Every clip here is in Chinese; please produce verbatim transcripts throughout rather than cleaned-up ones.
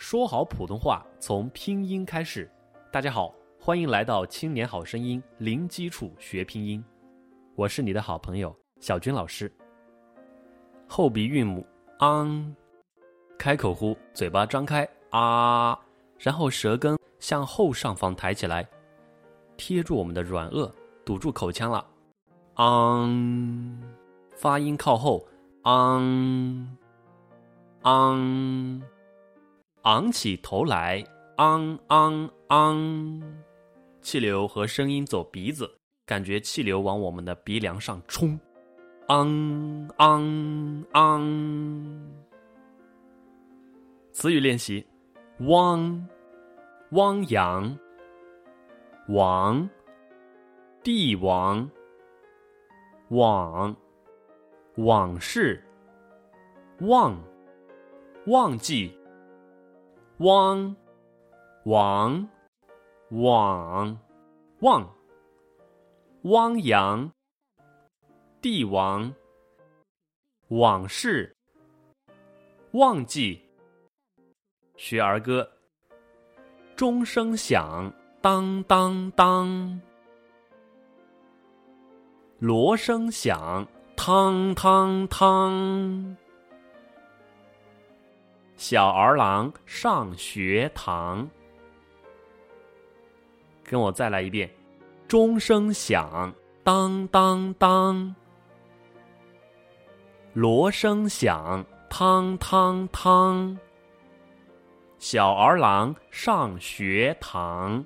说好普通话从拼音开始。大家好，欢迎来到青年好声音零基础学拼音，我是你的好朋友小军老师。后鼻韵母 ang， 开口呼，嘴巴张开啊，然后舌根向后上方抬起来，贴住我们的软腭，堵住口腔了。ang， 发音靠后 ang ang， 昂起头来 ang ang ang， 气流和声音走鼻子，感觉气流往我们的鼻梁上冲 ang ang ang。 词语练习：汪，汪洋，王，帝王，往，往事，忘，忘记，汪，王，往，忘，汪洋，帝王，往事，忘记。学儿歌：钟声响，当当当；锣声响，汤汤汤。小儿郎上学堂。跟我再来一遍：钟声响，当当当；锣声响，汤汤汤。小儿郎上学堂。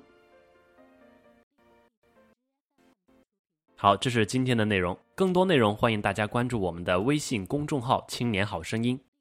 好，这是今天的内容。更多内容欢迎大家关注我们的微信公众号青年好声音。